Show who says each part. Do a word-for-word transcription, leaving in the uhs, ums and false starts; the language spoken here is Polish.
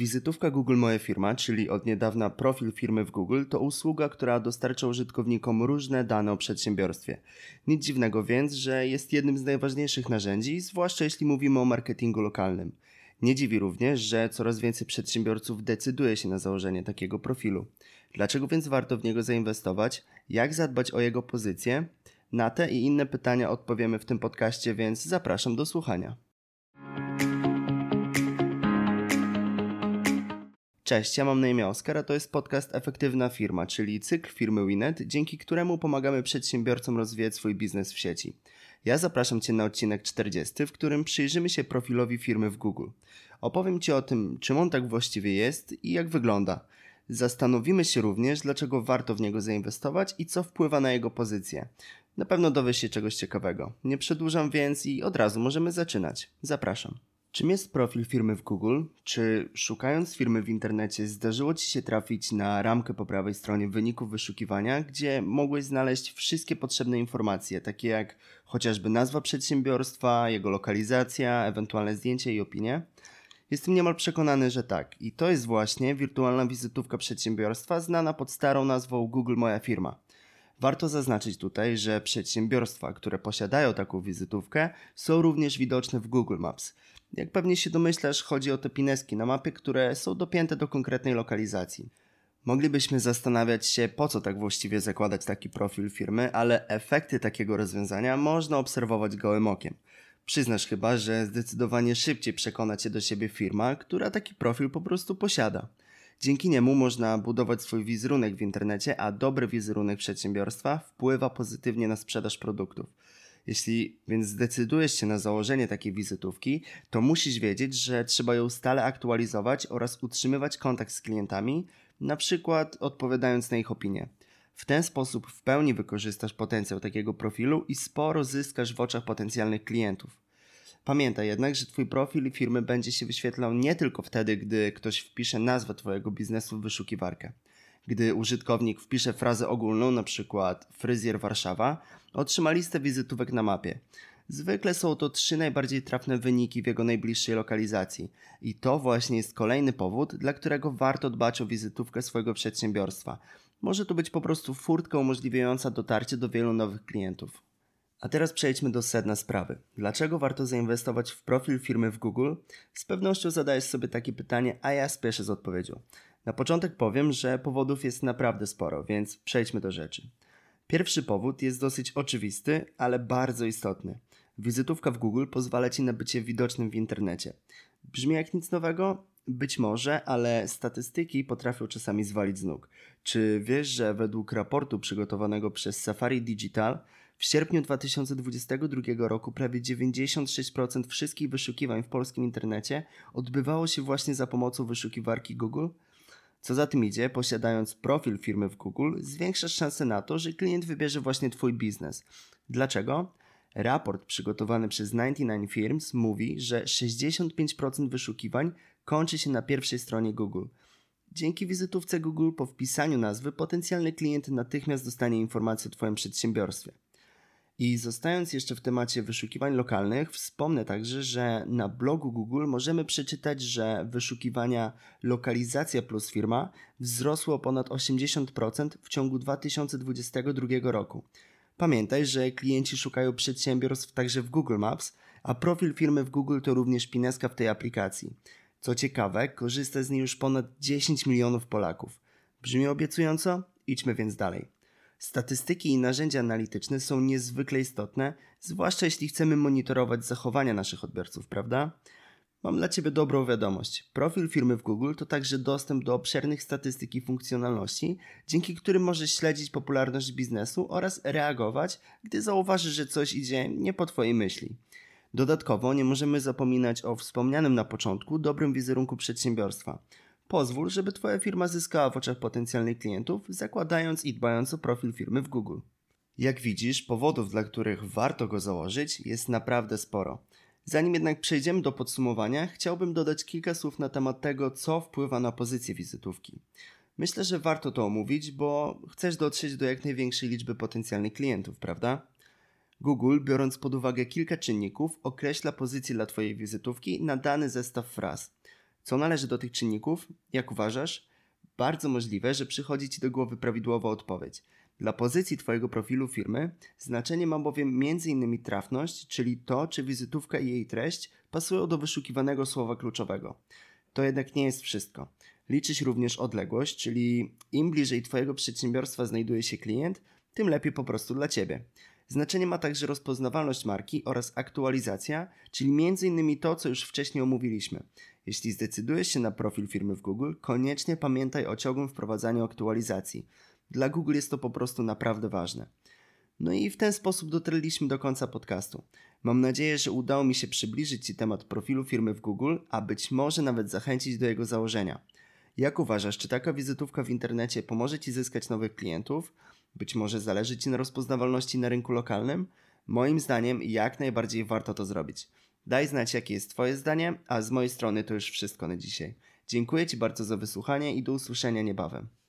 Speaker 1: Wizytówka Google Moja Firma, czyli od niedawna profil firmy w Google, to usługa, która dostarcza użytkownikom różne dane o przedsiębiorstwie. Nic dziwnego więc, że jest jednym z najważniejszych narzędzi, zwłaszcza jeśli mówimy o marketingu lokalnym. Nie dziwi również, że coraz więcej przedsiębiorców decyduje się na założenie takiego profilu. Dlaczego więc warto w niego zainwestować? Jak zadbać o jego pozycję? Na te i inne pytania odpowiemy w tym podcaście, więc zapraszam do słuchania. Cześć, ja mam na imię Oskar, a to jest podcast Efektywna Firma, czyli cykl firmy Winnet, dzięki któremu pomagamy przedsiębiorcom rozwijać swój biznes w sieci. Ja zapraszam Cię na odcinek czterdziesty, w którym przyjrzymy się profilowi firmy w Google. Opowiem Ci o tym, czym on tak właściwie jest i jak wygląda. Zastanowimy się również, dlaczego warto w niego zainwestować i co wpływa na jego pozycję. Na pewno dowiesz się czegoś ciekawego. Nie przedłużam więc i od razu możemy zaczynać. Zapraszam. Czym jest profil firmy w Google? Czy szukając firmy w internecie zdarzyło Ci się trafić na ramkę po prawej stronie wyników wyszukiwania, gdzie mogłeś znaleźć wszystkie potrzebne informacje, takie jak chociażby nazwa przedsiębiorstwa, jego lokalizacja, ewentualne zdjęcie i opinie? Jestem niemal przekonany, że tak. I to jest właśnie wirtualna wizytówka przedsiębiorstwa znana pod starą nazwą Google Moja Firma. Warto zaznaczyć tutaj, że przedsiębiorstwa, które posiadają taką wizytówkę, są również widoczne w Google Maps. Jak pewnie się domyślasz, chodzi o te pineski na mapie, które są dopięte do konkretnej lokalizacji. Moglibyśmy zastanawiać się, po co tak właściwie zakładać taki profil firmy, ale efekty takiego rozwiązania można obserwować gołym okiem. Przyznasz chyba, że zdecydowanie szybciej przekona Cię do siebie firma, która taki profil po prostu posiada. Dzięki niemu można budować swój wizerunek w internecie, a dobry wizerunek przedsiębiorstwa wpływa pozytywnie na sprzedaż produktów. Jeśli więc zdecydujesz się na założenie takiej wizytówki, to musisz wiedzieć, że trzeba ją stale aktualizować oraz utrzymywać kontakt z klientami, na przykład odpowiadając na ich opinie. W ten sposób w pełni wykorzystasz potencjał takiego profilu i sporo zyskasz w oczach potencjalnych klientów. Pamiętaj jednak, że Twój profil firmy będzie się wyświetlał nie tylko wtedy, gdy ktoś wpisze nazwę Twojego biznesu w wyszukiwarkę. Gdy użytkownik wpisze frazę ogólną, np. fryzjer Warszawa, otrzyma listę wizytówek na mapie. Zwykle są to trzy najbardziej trafne wyniki w jego najbliższej lokalizacji. I to właśnie jest kolejny powód, dla którego warto dbać o wizytówkę swojego przedsiębiorstwa. Może to być po prostu furtka umożliwiająca dotarcie do wielu nowych klientów. A teraz przejdźmy do sedna sprawy. Dlaczego warto zainwestować w profil firmy w Google? Z pewnością zadajesz sobie takie pytanie, a ja spieszę z odpowiedzią. Na początek powiem, że powodów jest naprawdę sporo, więc przejdźmy do rzeczy. Pierwszy powód jest dosyć oczywisty, ale bardzo istotny. Wizytówka w Google pozwala Ci na bycie widocznym w internecie. Brzmi jak nic nowego? Być może, ale statystyki potrafią czasami zwalić z nóg. Czy wiesz, że według raportu przygotowanego przez Safari Digital w sierpniu dwa tysiące dwudziestego drugiego roku prawie dziewięćdziesiąt sześć procent wszystkich wyszukiwań w polskim internecie odbywało się właśnie za pomocą wyszukiwarki Google? Co za tym idzie, posiadając profil firmy w Google, zwiększasz szanse na to, że klient wybierze właśnie Twój biznes. Dlaczego? Raport przygotowany przez dziewięćdziesiąt dziewięć Firms mówi, że sześćdziesiąt pięć procent wyszukiwań kończy się na pierwszej stronie Google. Dzięki wizytówce Google po wpisaniu nazwy potencjalny klient natychmiast dostanie informację o Twoim przedsiębiorstwie. I zostając jeszcze w temacie wyszukiwań lokalnych, wspomnę także, że na blogu Google możemy przeczytać, że wyszukiwania lokalizacja plus firma wzrosły o ponad osiemdziesiąt procent w ciągu dwa tysiące dwudziestego drugiego roku. Pamiętaj, że klienci szukają przedsiębiorstw także w Google Maps, a profil firmy w Google to również pineska w tej aplikacji. Co ciekawe, korzysta z niej już ponad dziesięć milionów Polaków. Brzmi obiecująco? Idźmy więc dalej. Statystyki i narzędzia analityczne są niezwykle istotne, zwłaszcza jeśli chcemy monitorować zachowania naszych odbiorców, prawda? Mam dla Ciebie dobrą wiadomość. Profil firmy w Google to także dostęp do obszernych statystyk i funkcjonalności, dzięki którym możesz śledzić popularność biznesu oraz reagować, gdy zauważysz, że coś idzie nie po Twojej myśli. Dodatkowo nie możemy zapominać o wspomnianym na początku dobrym wizerunku przedsiębiorstwa. Pozwól, żeby Twoja firma zyskała w oczach potencjalnych klientów, zakładając i dbając o profil firmy w Google. Jak widzisz, powodów, dla których warto go założyć, jest naprawdę sporo. Zanim jednak przejdziemy do podsumowania, chciałbym dodać kilka słów na temat tego, co wpływa na pozycję wizytówki. Myślę, że warto to omówić, bo chcesz dotrzeć do jak największej liczby potencjalnych klientów, prawda? Google, biorąc pod uwagę kilka czynników, określa pozycję dla Twojej wizytówki na dany zestaw fraz. Co należy do tych czynników? Jak uważasz? Bardzo możliwe, że przychodzi Ci do głowy prawidłowa odpowiedź. Dla pozycji Twojego profilu firmy znaczenie ma bowiem między innymi trafność, czyli to, czy wizytówka i jej treść pasują do wyszukiwanego słowa kluczowego. To jednak nie jest wszystko. Liczy się również odległość, czyli im bliżej Twojego przedsiębiorstwa znajduje się klient, tym lepiej po prostu dla Ciebie. Znaczenie ma także rozpoznawalność marki oraz aktualizacja, czyli między innymi to, co już wcześniej omówiliśmy. Jeśli zdecydujesz się na profil firmy w Google, koniecznie pamiętaj o ciągłym wprowadzaniu aktualizacji. Dla Google jest to po prostu naprawdę ważne. No i w ten sposób dotarliśmy do końca podcastu. Mam nadzieję, że udało mi się przybliżyć Ci temat profilu firmy w Google, a być może nawet zachęcić do jego założenia. Jak uważasz, czy taka wizytówka w internecie pomoże Ci zyskać nowych klientów? Być może zależy Ci na rozpoznawalności na rynku lokalnym? Moim zdaniem jak najbardziej warto to zrobić. Daj znać, jakie jest Twoje zdanie, a z mojej strony to już wszystko na dzisiaj. Dziękuję Ci bardzo za wysłuchanie i do usłyszenia niebawem.